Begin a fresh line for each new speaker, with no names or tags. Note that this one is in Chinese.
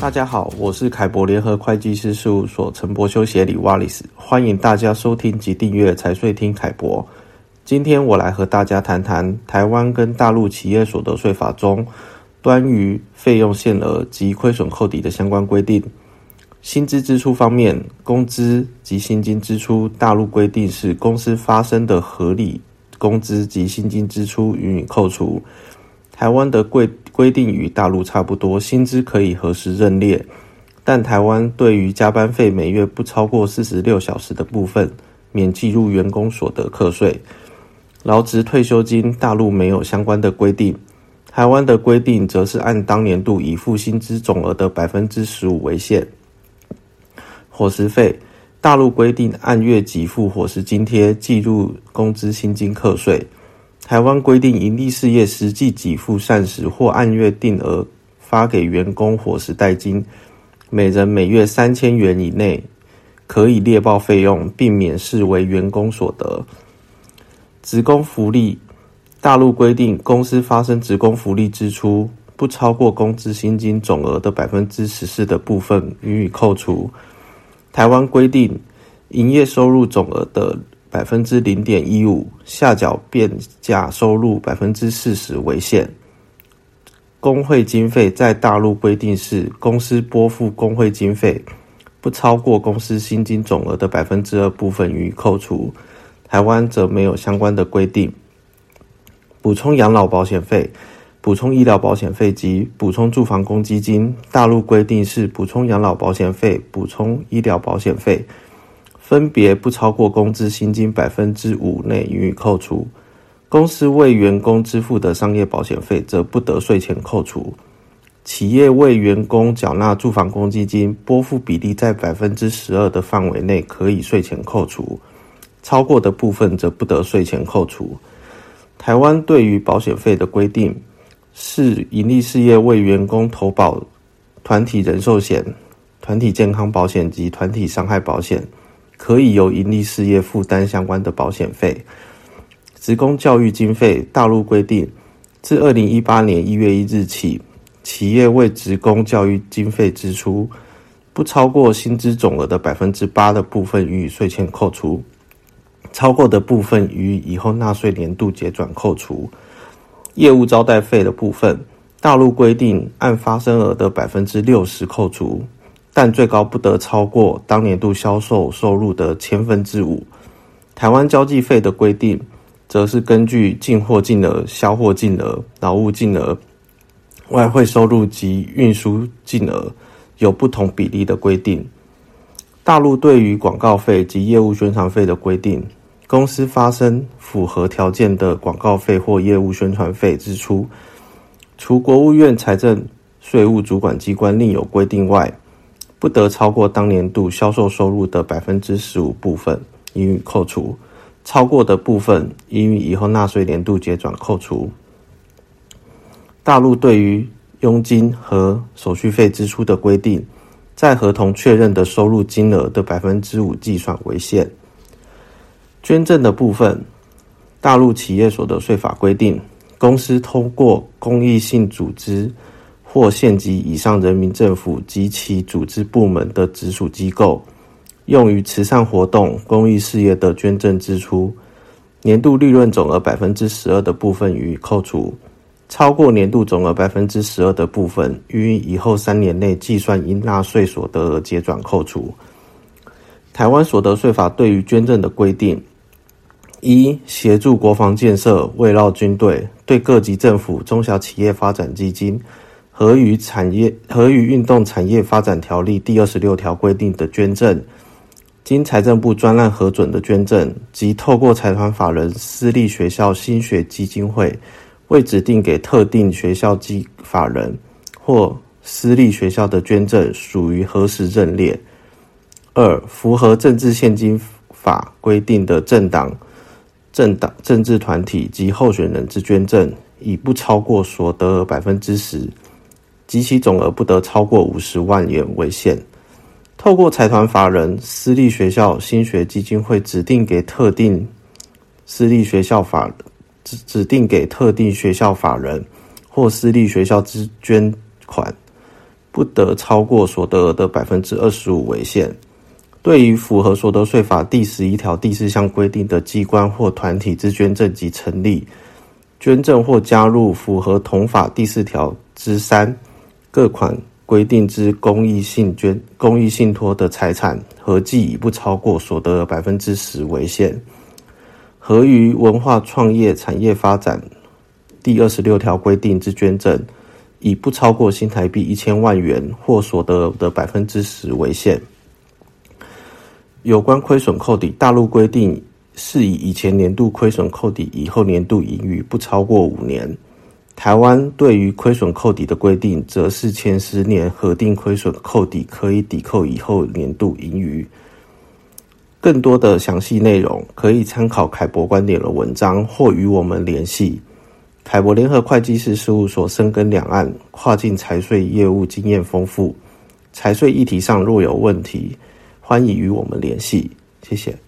大家好，我是凯博联合会计师事务所陈柏修协理 Wallace， 欢迎大家收听及订阅财税听凯博。今天我来和大家谈谈台湾跟大陆企业所得税法中关于费用限额及亏损扣抵的相关规定。薪资支出方面，工资及薪金支出，大陆规定是公司发生的合理工资及薪金支出予以扣除。台湾的规定与大陆差不多，薪资可以核实认列，但台湾对于加班费每月不超过46小时的部分，免计入员工所得课税。劳职退休金，大陆没有相关的规定，台湾的规定则是按当年度已付薪资总额的 15% 为限。伙食费，大陆规定按月给付伙食津贴，计入工资薪金课税。台湾规定营利事业实际给付膳食或按月定额发给员工伙食代金，每人每月3000元以内，可以列报费用，并免视为员工所得。职工福利，大陆规定公司发生职工福利支出，不超过工资薪金总额的 14% 的部分予以扣除。台湾规定营业收入总额的 0.15%， 下缴变价收入 40% 为限。工会经费，在大陆规定是公司拨付工会经费，不超过公司薪金总额的 2% 部分予以扣除。台湾则没有相关的规定。补充养老保险费，补充医疗保险费及补充住房公积金，大陆规定是补充养老保险费、补充医疗保险费，分别不超过工资薪金 5% 内予以扣除。公司为员工支付的商业保险费则不得税前扣除。企业为员工缴纳住房公积金，拨付比例在 12% 的范围内可以税前扣除，超过的部分则不得税前扣除。台湾对于保险费的规定是营利事业为员工投保团体人寿险、团体健康保险及团体伤害保险，可以由营利事业负担相关的保险费。职工教育经费，大陆规定自2018年1月1日起，企业为职工教育经费支出，不超过薪资总额的 8% 的部分予以税前扣除，超过的部分于以后纳税年度结转扣除。业务招待费的部分，大陆规定按发生额的 60% 扣除，但最高不得超过当年度销售收入的5%。台湾交际费的规定，则是根据进货金额、销货金额、劳务金额、外汇收入及运输金额有不同比例的规定。大陆对于广告费及业务宣传费的规定，公司发生符合条件的广告费或业务宣传费支出，除国务院财政税务主管机关另有规定外，不得超过当年度销售收入的 15% 部分予以扣除，超过的部分应于以后纳税年度结转扣除。大陆对于佣金和手续费支出的规定，在合同确认的收入金额的 5% 计算为限。捐赠的部分，大陆企业所得税法规定，公司通过公益性组织或县级以上人民政府及其组织部门的直属机构，用于慈善活动、公益事业的捐赠支出，年度利润总额 12% 的部分予以扣除，超过年度总额 12% 的部分，于以后3年内计算应纳税所得额结转扣除。台湾所得税法对于捐赠的规定：一、协助国防建设、慰劳军队，对各级政府、中小企业发展基金，合于运动产业发展条例第26条规定的捐赠，经财政部专案核准的捐赠，及透过财团法人私立学校兴学基金会为指定给特定学校及法人或私立学校的捐赠，属于核实认列。二、符合政治献金法规定的政党、政治团体及候选人之捐赠，以不超过所得额 10%， 及其总额不得超过50万元为限。透过财团法人、私立学校兴学基金会指定给特定学校法人或私立学校之捐款， 不得超过所得额的 25% 为限。对于符合所得税法第11条第4项规定的机关或团体之捐赠及成立、捐赠或加入符合同法第4条之3各款规定之公益信托的财产，合计以不超过所得额 10% 为限。合于文化创业产业发展第26条规定之捐赠，以不超过新台币1000万元或所得额的 10% 为限。有关亏损扣抵，大陆规定是以前年度亏损扣抵以后年度盈余不超过5年。台湾对于亏损扣抵的规定，则是前10年核定亏损扣抵可以抵扣以后年度盈余。更多的详细内容可以参考凯博观点的文章，或与我们联系。凯博联合会计师事务所深耕两岸，跨境财税业务经验丰富，财税议题上若有问题，欢迎与我们联系。谢谢。